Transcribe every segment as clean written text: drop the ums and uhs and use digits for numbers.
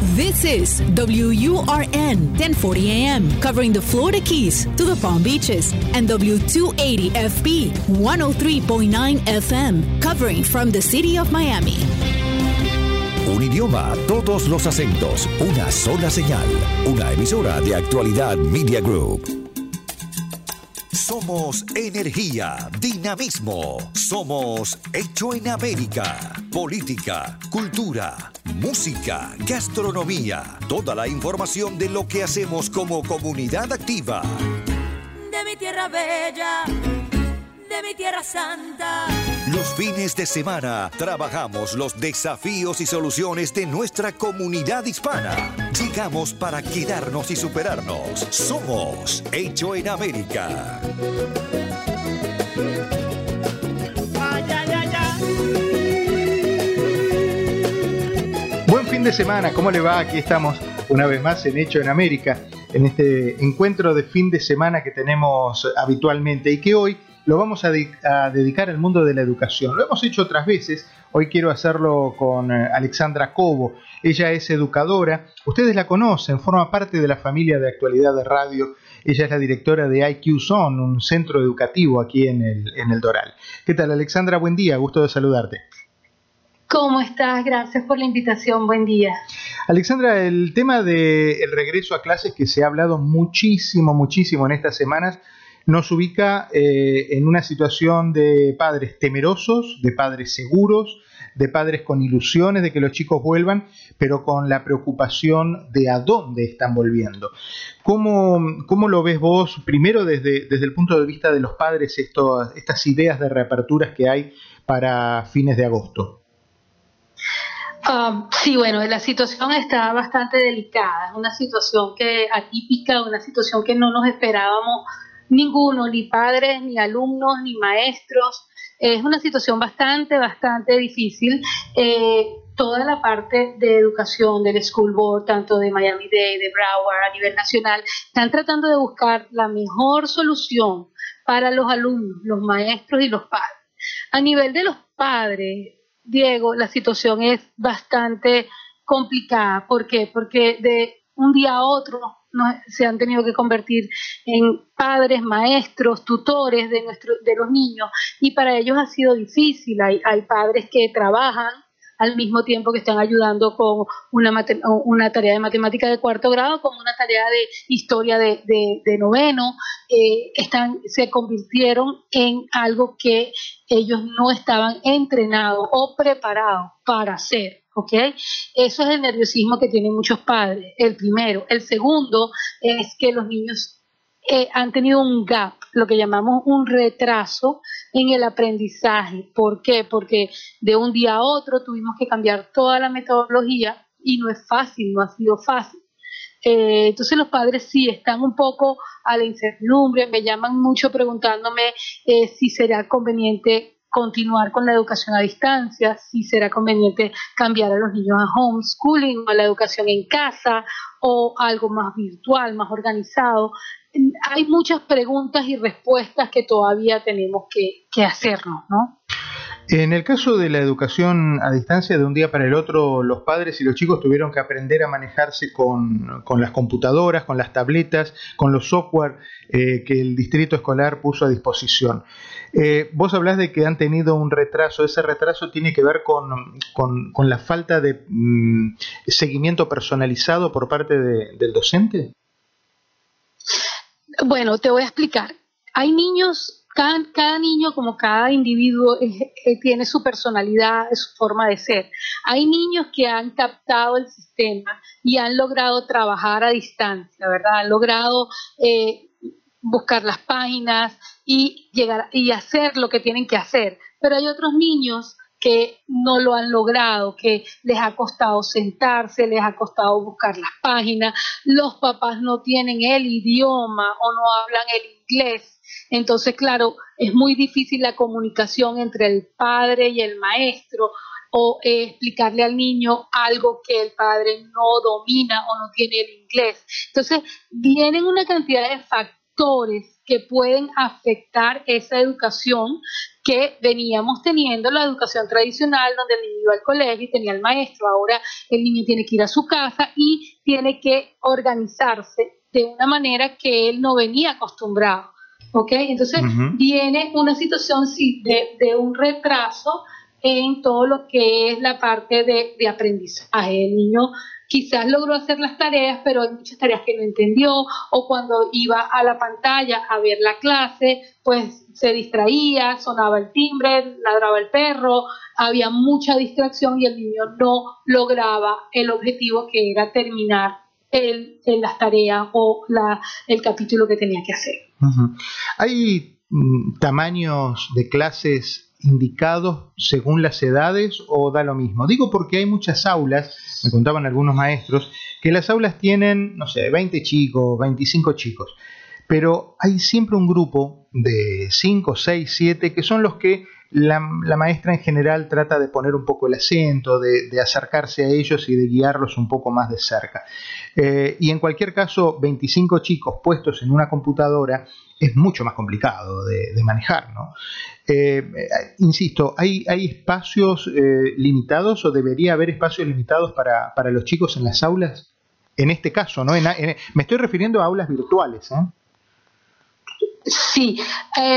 This is WURN 1040 AM, covering the Florida Keys to the Palm Beaches, and W280FB 103.9 FM, covering from the city of Miami. Un idioma, todos los acentos, una sola señal. Una emisora de Actualidad Media Group. Somos energía, dinamismo. Somos Hecho en América. Política, cultura, música, gastronomía. Toda la información de lo que hacemos como comunidad activa. De mi tierra bella, de mi tierra santa. Los fines de semana trabajamos los desafíos y soluciones de nuestra comunidad hispana. Llegamos para quedarnos y superarnos. Somos Hecho en América. Buen fin de semana, ¿cómo le va? Aquí estamos una vez más en Hecho en América, en este encuentro de fin de semana que tenemos habitualmente y que hoy lo vamos a dedicar al mundo de la educación. Lo hemos hecho otras veces, hoy quiero hacerlo con Alexandra Cobo. Ella es educadora, ustedes la conocen, forma parte de la familia de Actualidad de Radio. Ella es la directora de IQ Zone, un centro educativo aquí en el Doral. ¿Qué tal, Alexandra? Buen día, gusto de saludarte. ¿Cómo estás? Gracias por la invitación, buen día. Alexandra, el tema del regreso a clases que se ha hablado muchísimo en estas semanas, nos ubica en una situación de padres temerosos, de padres seguros, de padres con ilusiones de que los chicos vuelvan, pero con la preocupación de a dónde están volviendo. ¿Cómo lo ves vos, primero desde el punto de vista de los padres, estas ideas de reaperturas que hay para fines de agosto? Sí, bueno, la situación está bastante delicada, es una situación atípica, una situación que no nos esperábamos ninguno, ni padres, ni alumnos, ni maestros. Es una situación bastante difícil. Toda la parte de educación del School Board, tanto de Miami-Dade, de Broward, a nivel nacional, están tratando de buscar la mejor solución para los alumnos, los maestros y los padres. A nivel de los padres, Diego, la situación es bastante complicada. ¿Por qué? Porque de un día a otro se han tenido que convertir en padres, maestros, tutores de los niños, y para ellos ha sido difícil. Hay padres que trabajan al mismo tiempo que están ayudando con una tarea de matemática de cuarto grado, como una tarea de historia de noveno. Se convirtieron en algo que ellos no estaban entrenados o preparados para hacer. ¿Okay? Eso es el nerviosismo que tienen muchos padres, el primero. El segundo es que los niños han tenido un gap, lo que llamamos un retraso en el aprendizaje. ¿Por qué? Porque de un día a otro tuvimos que cambiar toda la metodología y no es fácil, no ha sido fácil. Entonces los padres sí están un poco a la incertidumbre, me llaman mucho preguntándome si será conveniente continuar con la educación a distancia, si será conveniente cambiar a los niños a homeschooling, a la educación en casa o algo más virtual, más organizado. Hay muchas preguntas y respuestas que todavía tenemos que hacernos, ¿no? En el caso de la educación a distancia, de un día para el otro, los padres y los chicos tuvieron que aprender a manejarse con las computadoras, con las tabletas, con los software que el distrito escolar puso a disposición. Vos hablás de que han tenido un retraso. ¿Ese retraso tiene que ver con la falta de seguimiento personalizado por parte del docente? Bueno, te voy a explicar. Hay niños... Cada niño, como cada individuo, tiene su personalidad, su forma de ser. Hay niños que han captado el sistema y han logrado trabajar a distancia, ¿verdad? Han logrado buscar las páginas y llegar y hacer lo que tienen que hacer. Pero hay otros niños que no lo han logrado, que les ha costado sentarse, les ha costado buscar las páginas, los papás no tienen el idioma o no hablan el inglés. Entonces, claro, es muy difícil la comunicación entre el padre y el maestro, o explicarle al niño algo que el padre no domina o no tiene el inglés. Entonces, vienen una cantidad de factores que pueden afectar esa educación que veníamos teniendo, la educación tradicional, donde el niño iba al colegio y tenía el maestro. Ahora el niño tiene que ir a su casa y tiene que organizarse de una manera que él no venía acostumbrado. ¿Ok? Entonces viene una situación de un retraso en todo lo que es la parte de aprendizaje. El niño quizás logró hacer las tareas, pero hay muchas tareas que no entendió, o cuando iba a la pantalla a ver la clase, pues se distraía, sonaba el timbre, ladraba el perro, había mucha distracción y el niño no lograba el objetivo, que era terminar las tareas o el capítulo que tenía que hacer. ¿Hay tamaños de clases indicados según las edades o da lo mismo? Digo porque hay muchas aulas, me contaban algunos maestros, que las aulas tienen, no sé, 20 chicos, 25 chicos, pero hay siempre un grupo de 5, 6, 7 que son los que la maestra en general trata de poner un poco el acento, de acercarse a ellos y de guiarlos un poco más de cerca. Y en cualquier caso, 25 chicos puestos en una computadora es mucho más complicado de manejar, ¿no? Insisto, ¿hay espacios limitados o debería haber espacios limitados para los chicos en las aulas? En este caso, ¿no? Me estoy refiriendo a aulas virtuales, ¿eh? Sí,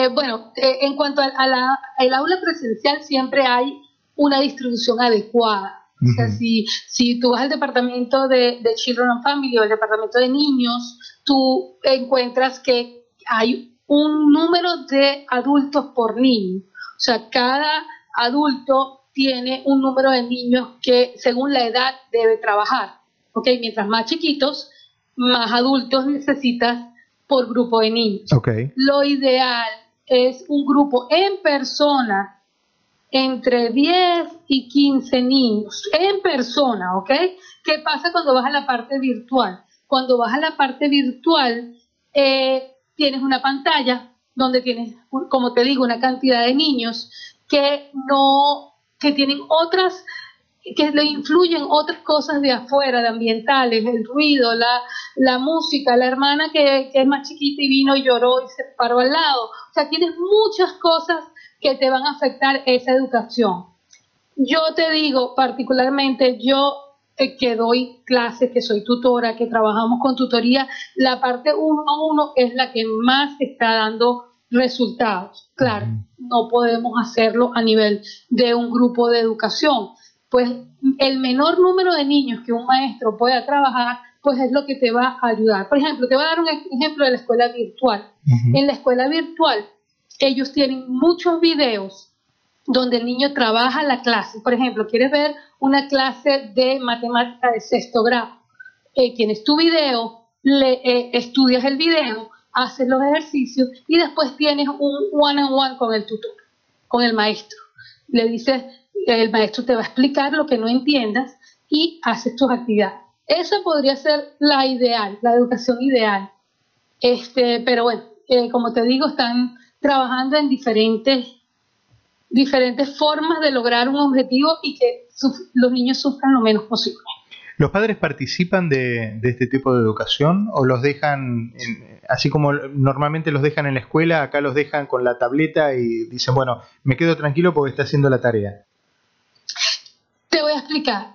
en cuanto al aula presencial siempre hay una distribución adecuada. O sea, si tú vas al departamento de Children and Family o el departamento de niños, tú encuentras que hay un número de adultos por niño. O sea, cada adulto tiene un número de niños que según la edad debe trabajar. ¿Okay? Mientras más chiquitos, más adultos necesitas por grupo de niños. Okay. Lo ideal es un grupo en persona entre 10 y 15 niños, en persona, ¿ok? ¿Qué pasa cuando vas a la parte virtual? Cuando vas a la parte virtual, tienes una pantalla donde tienes, como te digo, una cantidad de niños que tienen otras, que le influyen otras cosas de afuera, de ambientales, el ruido, la música, la hermana que es más chiquita y vino y lloró y se paró al lado. O sea, tienes muchas cosas que te van a afectar esa educación. Yo te digo, particularmente, yo que doy clases, que soy tutora, que trabajamos con tutoría, la parte 1 a 1 es la que más está dando resultados. Claro, no podemos hacerlo a nivel de un grupo de educación. Pues el menor número de niños que un maestro pueda trabajar, pues es lo que te va a ayudar. Por ejemplo, te voy a dar un ejemplo de la escuela virtual. En la escuela virtual, ellos tienen muchos videos donde el niño trabaja la clase. Por ejemplo, quieres ver una clase de matemática de 6º grado. Tienes tu video, estudias el video, haces los ejercicios y después tienes un one-on-one con el tutor, con el maestro. Le dices, el maestro te va a explicar lo que no entiendas y haces tus actividades. Esa podría ser la ideal, la educación ideal. Pero bueno, como te digo, están trabajando en diferentes formas de lograr un objetivo y que los niños sufran lo menos posible. ¿Los padres participan de este tipo de educación o los dejan, así como normalmente los dejan en la escuela, acá los dejan con la tableta y dicen, bueno, me quedo tranquilo porque está haciendo la tarea? Te voy a explicar.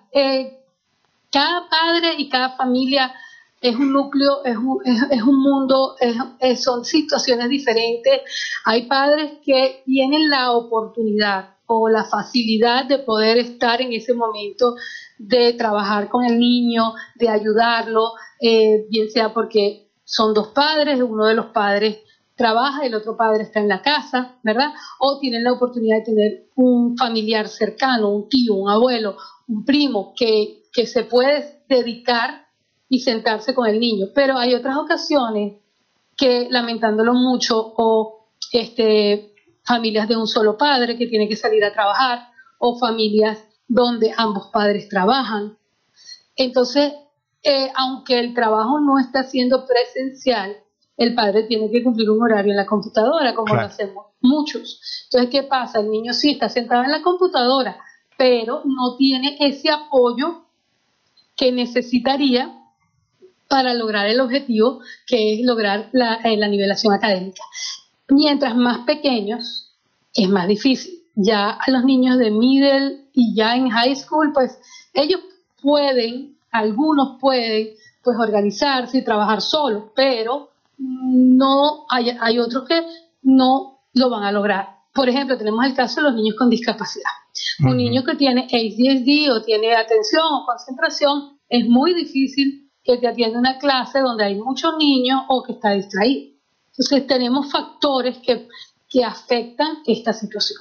Cada padre y cada familia es un núcleo, es un mundo, son situaciones diferentes. Hay padres que tienen la oportunidad o la facilidad de poder estar en ese momento de trabajar con el niño, de ayudarlo, bien sea porque son dos padres, uno de los padres trabaja, el otro padre está en la casa, ¿verdad? O tienen la oportunidad de tener un familiar cercano, un tío, un abuelo, un primo que se puede dedicar y sentarse con el niño. Pero hay otras ocasiones que, lamentándolo mucho, o familias de un solo padre que tiene que salir a trabajar, o familias donde ambos padres trabajan. Entonces, aunque el trabajo no está siendo presencial, el padre tiene que cumplir un horario en la computadora, como lo hacemos muchos. Entonces, ¿qué pasa? El niño sí está sentado en la computadora, pero no tiene ese apoyo que necesitaría para lograr el objetivo, que es lograr la nivelación académica. Mientras más pequeños, es más difícil. Ya a los niños de middle y ya en high school, pues ellos algunos pueden pues organizarse y trabajar solos, pero no hay otros que no lo van a lograr. Por ejemplo, tenemos el caso de los niños con discapacidad. Un niño que tiene ADHD o tiene atención o concentración, es muy difícil que te atienda una clase donde hay muchos niños o que está distraído. Entonces tenemos factores que afectan esta situación.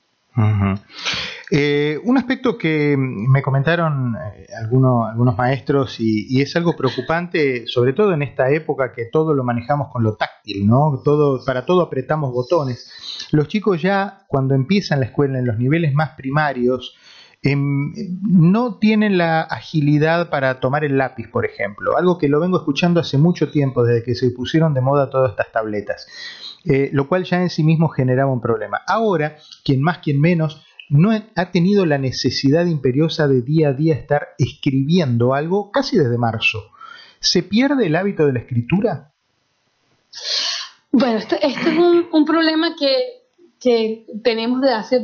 Un aspecto que me comentaron algunos maestros y es algo preocupante, sobre todo en esta época que todo lo manejamos con lo táctil, ¿no? Para todo apretamos botones. Los chicos ya cuando empiezan la escuela en los niveles más primarios no tienen la agilidad para tomar el lápiz, por ejemplo, algo que lo vengo escuchando hace mucho tiempo, desde que se pusieron de moda todas estas tabletas, lo cual ya en sí mismo generaba un problema. Ahora, quien más, quien menos, no ha tenido la necesidad imperiosa de día a día estar escribiendo algo casi desde marzo. ¿Se pierde el hábito de la escritura? Bueno, este es un problema que tenemos de hace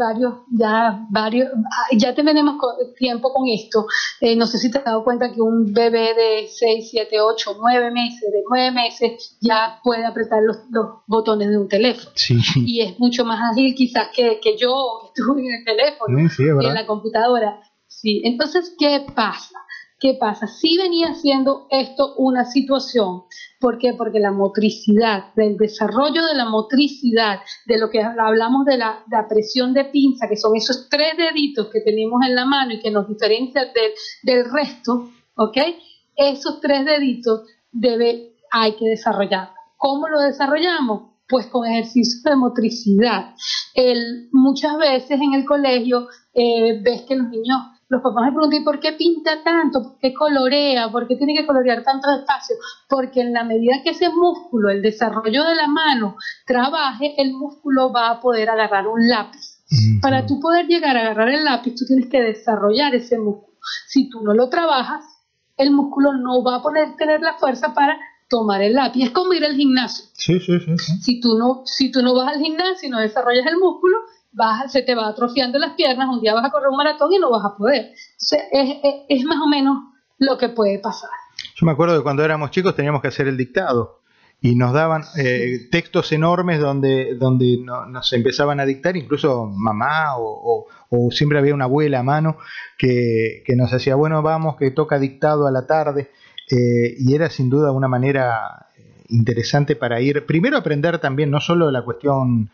ya tenemos tiempo con esto. No sé si te has dado cuenta que un bebé de 6, 7, 8, 9 meses, de 9 meses, ya puede apretar los botones de un teléfono. Sí. Y es mucho más ágil quizás que yo, que estuve en el teléfono, sí, y en la computadora. Sí. Entonces, ¿qué pasa? Sí venía siendo esto una situación. ¿Por qué? Porque la motricidad, del desarrollo de la motricidad, de lo que hablamos de la presión de pinza, que son esos 3 deditos que tenemos en la mano y que nos diferencian del resto, ¿ok? Esos 3 deditos hay que desarrollar. ¿Cómo lo desarrollamos? Pues con ejercicios de motricidad. Muchas veces en el colegio ves que los papás me preguntan, ¿y por qué pinta tanto? ¿Por qué colorea? ¿Por qué tiene que colorear tantos espacios? Porque en la medida que ese músculo, el desarrollo de la mano, trabaje, el músculo va a poder agarrar un lápiz. Para tú poder llegar a agarrar el lápiz, tú tienes que desarrollar ese músculo. Si tú no lo trabajas, el músculo no va a poder tener la fuerza para tomar el lápiz. Es como ir al gimnasio. Sí. Si tú no vas al gimnasio y no desarrollas el músculo, se te va atrofiando las piernas, un día vas a correr un maratón y no vas a poder. Entonces, es más o menos lo que puede pasar. Yo me acuerdo que cuando éramos chicos teníamos que hacer el dictado y nos daban textos enormes donde nos empezaban a dictar, incluso mamá o siempre había una abuela a mano que nos hacía, bueno, vamos, que toca dictado a la tarde, y era sin duda una manera interesante para ir, primero aprender también no solo la cuestión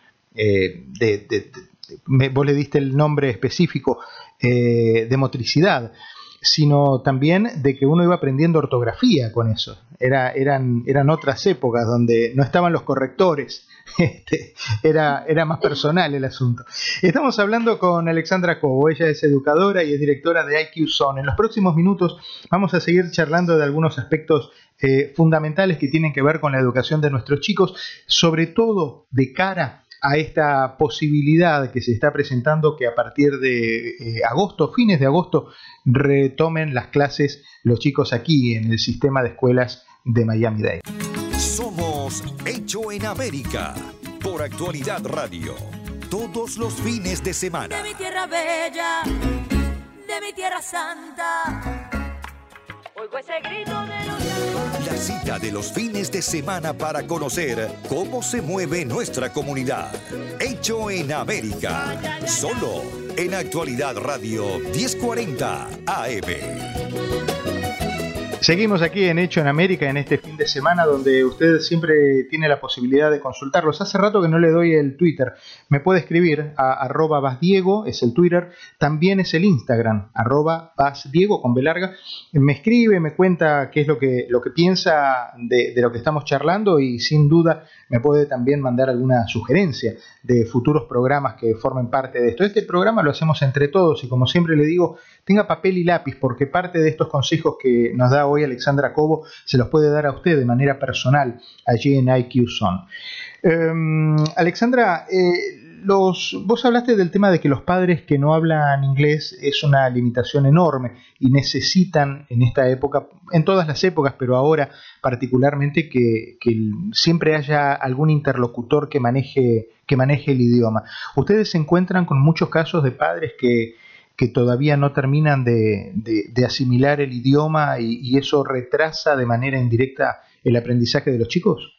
vos le diste el nombre específico de motricidad, sino también de que uno iba aprendiendo ortografía con eso. Eran otras épocas donde no estaban los correctores, era más personal el asunto. Estamos hablando con Alexandra Cobo, ella es educadora y es directora de IQ Zone. En los próximos minutos vamos a seguir charlando de algunos aspectos fundamentales que tienen que ver con la educación de nuestros chicos, sobre todo de cara a esta posibilidad que se está presentando que a partir de fines de agosto, retomen las clases los chicos aquí en el sistema de escuelas de Miami-Dade. Somos Hecho en América por Actualidad Radio, todos los fines de semana. De mi tierra bella, de mi tierra santa, oigo ese grito de los llanos. La cita de los fines de semana para conocer cómo se mueve nuestra comunidad. Hecho en América, solo en Actualidad Radio 1040 AM. Seguimos aquí en Hecho en América en este fin de semana donde usted siempre tiene la posibilidad de consultarlos. Hace rato que no le doy el Twitter. Me puede escribir a @basdiego, es el Twitter. También es el Instagram, @basdiego con B larga. Me escribe, me cuenta qué es lo que piensa de lo que estamos charlando y sin duda me puede también mandar alguna sugerencia de futuros programas que formen parte de esto. Este programa lo hacemos entre todos y como siempre le digo, tenga papel y lápiz porque parte de estos consejos que nos da hoy Alexandra Cobo se los puede dar a usted de manera personal allí en IQ Zone. Alexandra, Vos hablaste del tema de que los padres que no hablan inglés es una limitación enorme y necesitan en esta época, en todas las épocas, pero ahora particularmente, que siempre haya algún interlocutor que maneje el idioma. ¿Ustedes se encuentran con muchos casos de padres que todavía no terminan de asimilar el idioma y eso retrasa de manera indirecta el aprendizaje de los chicos?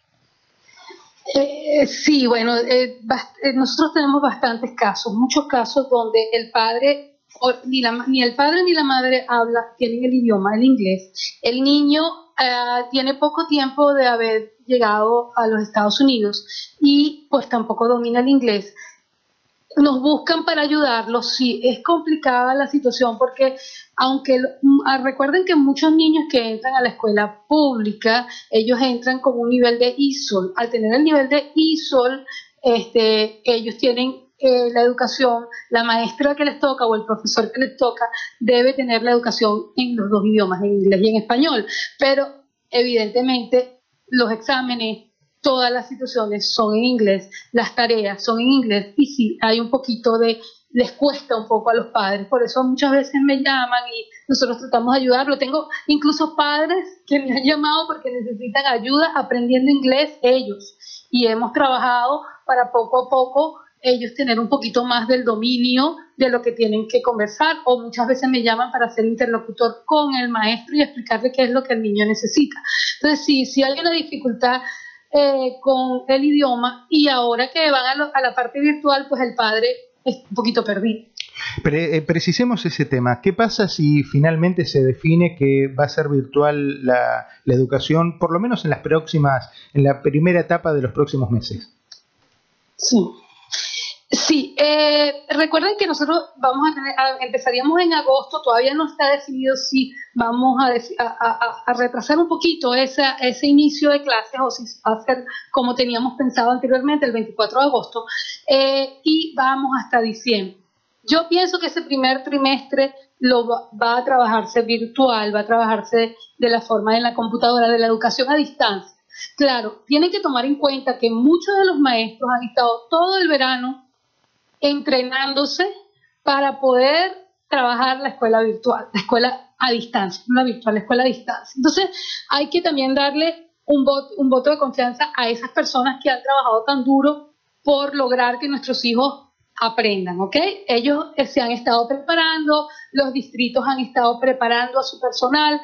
Sí, bueno, nosotros tenemos bastantes casos, muchos casos donde el padre, ni el padre ni la madre tienen el idioma, el inglés. El niño tiene poco tiempo de haber llegado a los Estados Unidos y pues tampoco domina el inglés. Nos buscan para ayudarlos. Sí, es complicada la situación porque recuerden que muchos niños que entran a la escuela pública, ellos entran con un nivel de ESOL. Al tener el nivel de ESOL, ellos tienen la educación, la maestra que les toca o el profesor que les toca debe tener la educación en los dos idiomas, en inglés y en español. Pero evidentemente los exámenes, todas las situaciones son en inglés, las tareas son en inglés y sí, hay un poquito les cuesta un poco a los padres, por eso muchas veces me llaman y nosotros tratamos de ayudarlo. Tengo incluso padres que me han llamado porque necesitan ayuda aprendiendo inglés ellos y hemos trabajado para poco a poco ellos tener un poquito más del dominio de lo que tienen que conversar, o muchas veces me llaman para ser interlocutor con el maestro y explicarle qué es lo que el niño necesita. Entonces si hay una dificultad con el idioma y ahora que van a la parte virtual, pues el padre es un poquito perdido. Precisemos ese tema. ¿Qué pasa si finalmente se define que va a ser virtual la educación, por lo menos en la primera etapa de los próximos meses? Sí, recuerden que nosotros empezaríamos en agosto, todavía no está definido si vamos a retrasar un poquito ese inicio de clases o si va a ser como teníamos pensado anteriormente, el 24 de agosto, y vamos hasta diciembre. Yo pienso que ese primer trimestre va a trabajarse virtual, va a trabajarse de la forma en la computadora, de la educación a distancia. Claro, tienen que tomar en cuenta que muchos de los maestros han estado todo el verano entrenándose para poder trabajar la escuela virtual, la escuela a distancia, no la virtual, la escuela a distancia. Entonces hay que también darle un voto de confianza a esas personas que han trabajado tan duro por lograr que nuestros hijos aprendan, ¿ok? Ellos se han estado preparando, los distritos han estado preparando a su personal,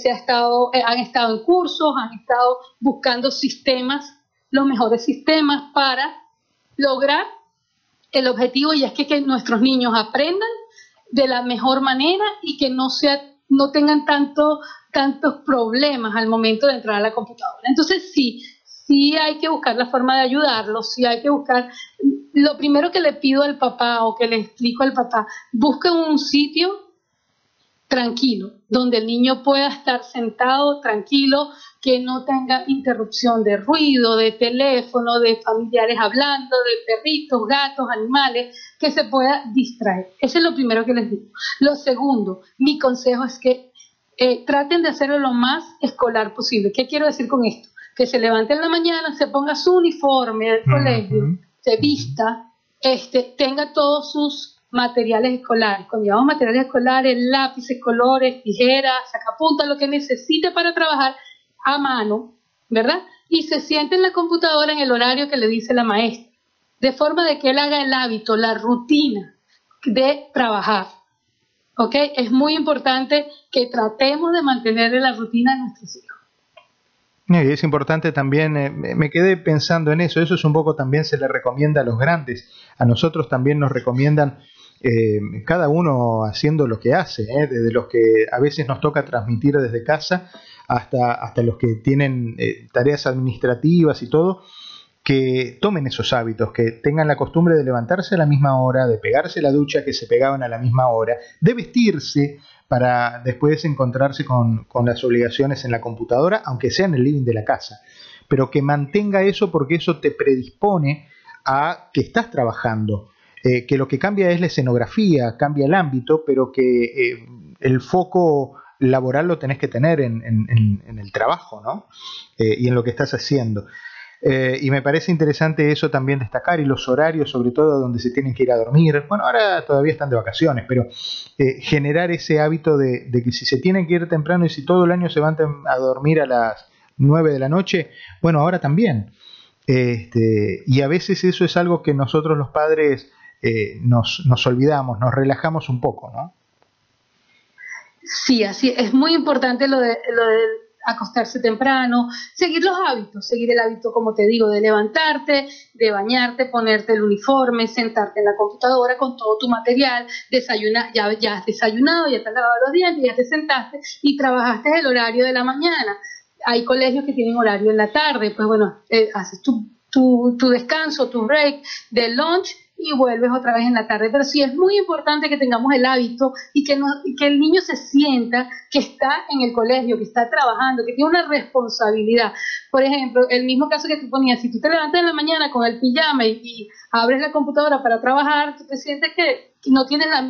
han estado en cursos, han estado buscando sistemas, los mejores sistemas para lograr el objetivo, y es que nuestros niños aprendan de la mejor manera y que no tengan tantos problemas al momento de entrar a la computadora. Entonces sí hay que buscar la forma de ayudarlos, sí hay que buscar. Lo primero que le pido al papá o que le explico al papá, busquen un sitio tranquilo, donde el niño pueda estar sentado tranquilo, que no tenga interrupción de ruido, de teléfono, de familiares hablando, de perritos, gatos, animales, que se pueda distraer. Eso es lo primero que les digo. Lo segundo, mi consejo es que traten de hacerlo lo más escolar posible. ¿Qué quiero decir con esto? Que se levante en la mañana, se ponga su uniforme del colegio, se vista, tenga todos sus materiales escolares. Cuando llevamos materiales escolares, lápices, colores, tijeras, sacapuntas, lo que necesite para trabajar a mano, ¿verdad? Y se siente en la computadora en el horario que le dice la maestra, de forma de que él haga el hábito, la rutina de trabajar, ¿ok? Es muy importante que tratemos de mantener la rutina de nuestros hijos. Y es importante también, me quedé pensando en eso es un poco también se le recomienda a los grandes, a nosotros también nos recomiendan cada uno haciendo lo que hace, desde los que a veces nos toca transmitir desde casa hasta los que tienen tareas administrativas y todo, que tomen esos hábitos, que tengan la costumbre de levantarse a la misma hora, de pegarse la ducha que se pegaban a la misma hora, de vestirse para después encontrarse con las obligaciones en la computadora, aunque sea en el living de la casa, pero que mantenga eso porque eso te predispone a que estás trabajando, que lo que cambia es la escenografía, cambia el ámbito, pero que el foco laboral lo tenés que tener en el trabajo, ¿no? Y en lo que estás haciendo. Y me parece interesante eso también destacar, y los horarios, sobre todo donde se tienen que ir a dormir. Bueno, ahora todavía están de vacaciones, pero generar ese hábito de que si se tienen que ir temprano y si todo el año se van a dormir a las 9 de la noche, bueno, ahora también. Y a veces eso es algo que nosotros los padres nos olvidamos, nos relajamos un poco, ¿no? Sí, así es muy importante lo de acostarse temprano, seguir los hábitos, seguir el hábito, como te digo, de levantarte, de bañarte, ponerte el uniforme, sentarte en la computadora con todo tu material, desayunar, ya has desayunado, ya te has lavado los dientes, ya te sentaste y trabajaste el horario de la mañana. Hay colegios que tienen horario en la tarde, pues bueno, haces tu descanso, tu break de lunch y vuelves otra vez en la tarde. Pero sí es muy importante que tengamos el hábito y que el niño se sienta que está en el colegio, que está trabajando, que tiene una responsabilidad. Por ejemplo, el mismo caso que tú ponías, si tú te levantas en la mañana con el pijama y abres la computadora para trabajar, tú te sientes que no tienes la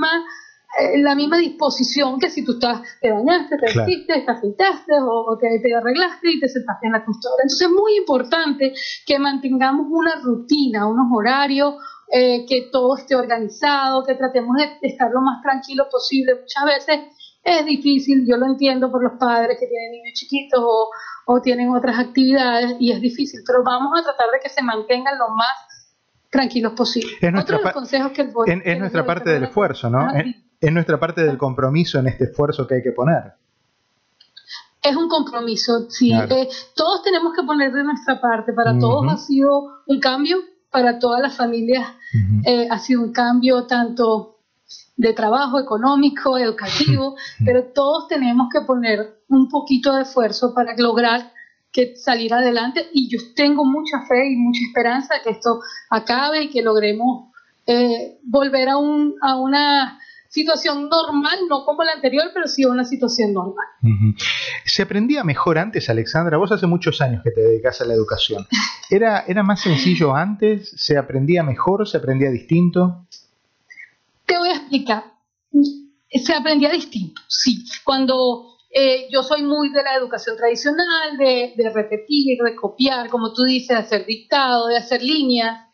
misma disposición que si tú te bañaste, te vestiste, te afeitaste o te arreglaste y te sentaste en la computadora. Entonces es muy importante que mantengamos una rutina, unos horarios, que todo esté organizado, que tratemos de estar lo más tranquilo posible. Muchas veces es difícil, yo lo entiendo por los padres que tienen niños chiquitos o tienen otras actividades y es difícil, pero vamos a tratar de que se mantengan lo más tranquilos posible. Otro de los consejos que es nuestra parte del esfuerzo, ¿no? Es nuestra parte del compromiso en este esfuerzo que hay que poner. Es un compromiso, sí. Claro. Todos tenemos que poner de nuestra parte. Para todos ha sido un cambio, para todas las familias ha sido un cambio tanto de trabajo, económico, educativo, pero todos tenemos que poner un poquito de esfuerzo para lograr que salir adelante, y yo tengo mucha fe y mucha esperanza de que esto acabe y que logremos volver a una situación normal, no como la anterior, pero sí una situación normal. ¿Se aprendía mejor antes, Alexandra? Vos hace muchos años que te dedicás a la educación. ¿Era más sencillo antes? ¿Se aprendía mejor? ¿Se aprendía distinto? Te voy a explicar. Se aprendía distinto, sí. Cuando yo soy muy de la educación tradicional, de repetir, de copiar, como tú dices, de hacer dictado, de hacer líneas.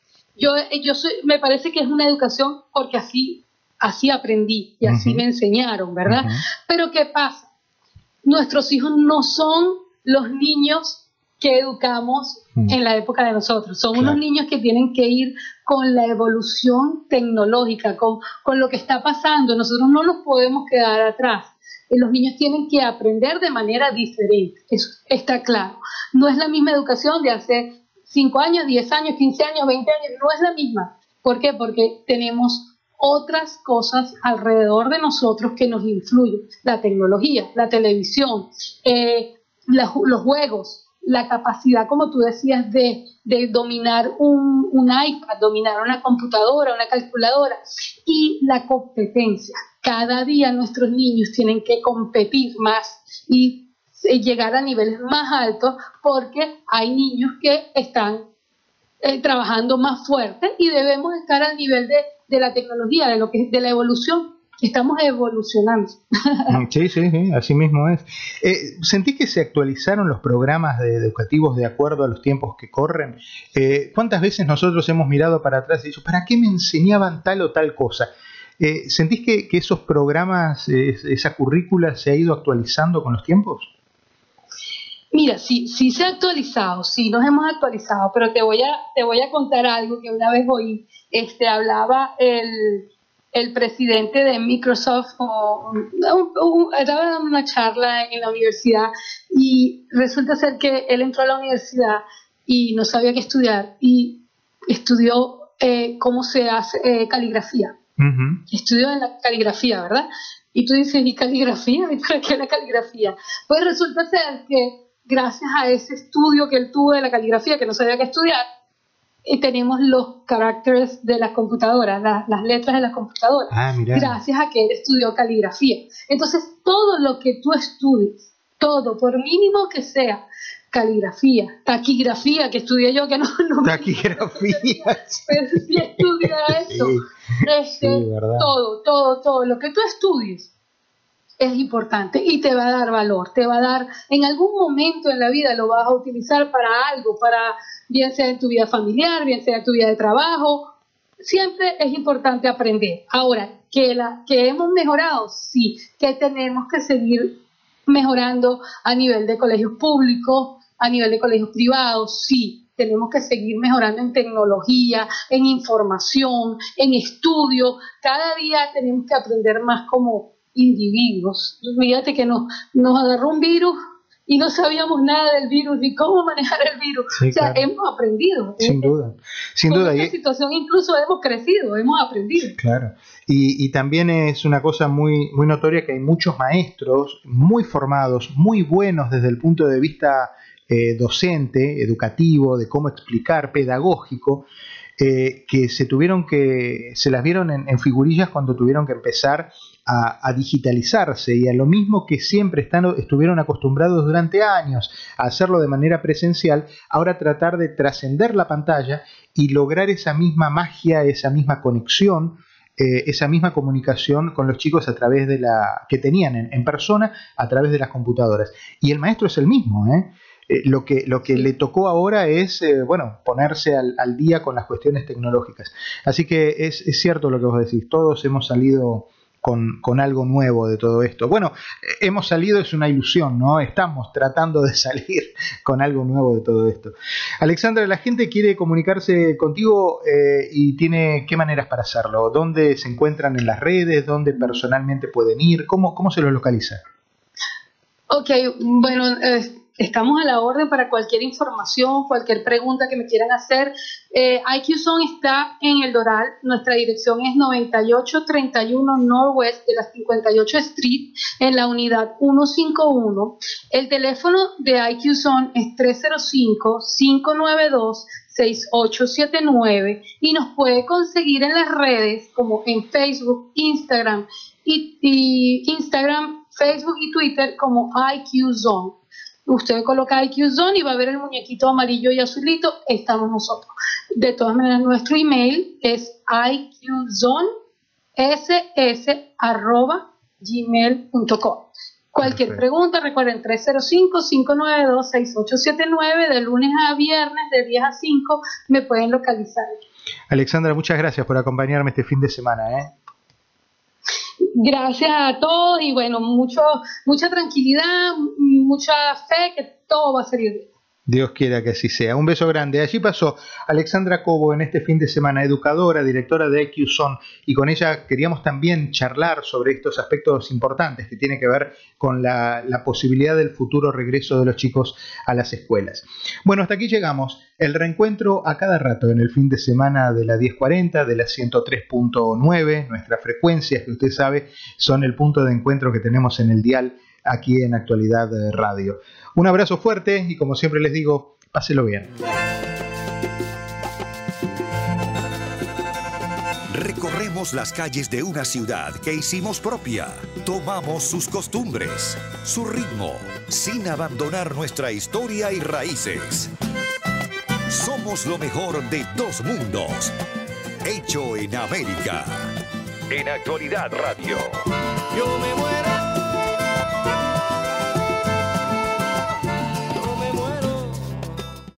Me parece que es una educación porque así aprendí y así me enseñaron, ¿verdad? Pero ¿qué pasa? Nuestros hijos no son los niños que educamos en la época de nosotros. Son unos niños que tienen que ir con la evolución tecnológica, con lo que está pasando. Nosotros no nos podemos quedar atrás. Los niños tienen que aprender de manera diferente. Eso está claro. No es la misma educación de hace 5 años, 10 años, 15 años, 20 años. No es la misma. ¿Por qué? Porque tenemos otras cosas alrededor de nosotros que nos influyen. La tecnología, la televisión, los juegos, la capacidad, como tú decías, de dominar un iPad, dominar una computadora, una calculadora, y la competencia. Cada día nuestros niños tienen que competir más y llegar a niveles más altos porque hay niños que están trabajando más fuerte y debemos estar al nivel de la tecnología, de la evolución. Estamos evolucionando. Sí, así mismo es. ¿Sentís que se actualizaron los programas educativos de acuerdo a los tiempos que corren? ¿Cuántas veces nosotros hemos mirado para atrás y dicho, ¿para qué me enseñaban tal o tal cosa? ¿Sentís que esos programas, esa currícula se ha ido actualizando con los tiempos? Mira, sí se ha actualizado, sí nos hemos actualizado, pero te voy a contar algo que una vez oí. Hablaba el presidente de Microsoft, estaba dando una charla en la universidad y resulta ser que él entró a la universidad y no sabía qué estudiar y estudió cómo se hace caligrafía. Estudió en la caligrafía, ¿verdad? Y tú dices, ¿y caligrafía? ¿Y para qué la caligrafía? Pues resulta ser que gracias a ese estudio que él tuvo de la caligrafía, que no sabía qué estudiar, tenemos los caracteres de las computadoras, las letras de las computadoras, gracias a que él estudió caligrafía. Entonces, todo lo que tú estudies, todo, por mínimo que sea, caligrafía, taquigrafía, que estudié yo, que no taquigrafía, pero sí estudié eso. Todo, lo que tú estudies, es importante y te va a dar valor, te va a dar, en algún momento en la vida lo vas a utilizar para algo, para bien sea en tu vida familiar, bien sea en tu vida de trabajo. Siempre es importante aprender. Ahora, que hemos mejorado, sí, que tenemos que seguir mejorando a nivel de colegios públicos, a nivel de colegios privados, sí. Tenemos que seguir mejorando en tecnología, en información, en estudio. Cada día tenemos que aprender más como individuos. Fíjate que nos agarró un virus y no sabíamos nada del virus ni cómo manejar el virus. Sí, o sea, claro. Hemos aprendido. Sin duda. En esta situación incluso hemos crecido, hemos aprendido. Claro. Y también es una cosa muy, muy notoria que hay muchos maestros muy formados, muy buenos desde el punto de vista docente, educativo, de cómo explicar, pedagógico, que se las vieron en figurillas cuando tuvieron que empezar a digitalizarse y a lo mismo que siempre estuvieron acostumbrados durante años a hacerlo de manera presencial, ahora tratar de trascender la pantalla y lograr esa misma magia, esa misma conexión, esa misma comunicación con los chicos a través de que tenían en persona, a través de las computadoras. Y el maestro es el mismo, Lo que le tocó ahora es, ponerse al día con las cuestiones tecnológicas. Así que es cierto lo que vos decís, todos hemos salido con algo nuevo de todo esto. Bueno, hemos salido, es una ilusión, ¿no? Estamos tratando de salir con algo nuevo de todo esto. Alexandra, la gente quiere comunicarse contigo y tiene qué maneras para hacerlo. ¿Dónde se encuentran en las redes? ¿Dónde personalmente pueden ir? ¿Cómo se los localiza? Ok, bueno, estamos a la orden para cualquier información, cualquier pregunta que me quieran hacer. IQ Zone está en El Doral. Nuestra dirección es 9831 Northwest de la 58 Street en la unidad 151. El teléfono de IQ Zone es 305-592-6879 y nos puede conseguir en las redes como en Facebook, Instagram, Facebook y Twitter como IQ Zone. Usted coloca IQ Zone y va a ver el muñequito amarillo y azulito, estamos nosotros. De todas maneras, nuestro email es iqzoness@gmail.com. Cualquier pregunta, recuerden 305-592-6879, de lunes a viernes, de 10 a 5, me pueden localizar. Alexandra, muchas gracias por acompañarme este fin de semana, Gracias a todos y bueno, mucha tranquilidad, mucha fe que todo va a salir bien. Dios quiera que así sea. Un beso grande. Allí pasó Alexandra Cobo en este fin de semana, educadora, directora de IQ Zone, y con ella queríamos también charlar sobre estos aspectos importantes que tienen que ver con la posibilidad del futuro regreso de los chicos a las escuelas. Bueno, hasta aquí llegamos. El reencuentro a cada rato en el fin de semana de la 1040, de la 103.9, nuestras frecuencias que usted sabe son el punto de encuentro que tenemos en el dial aquí en Actualidad Radio. Un abrazo fuerte y como siempre les digo, páselo bien. Recorremos las calles de una ciudad que hicimos propia. Tomamos sus costumbres, su ritmo, sin abandonar nuestra historia y raíces. Somos lo mejor de dos mundos. Hecho en América. En Actualidad Radio. Yo me muero.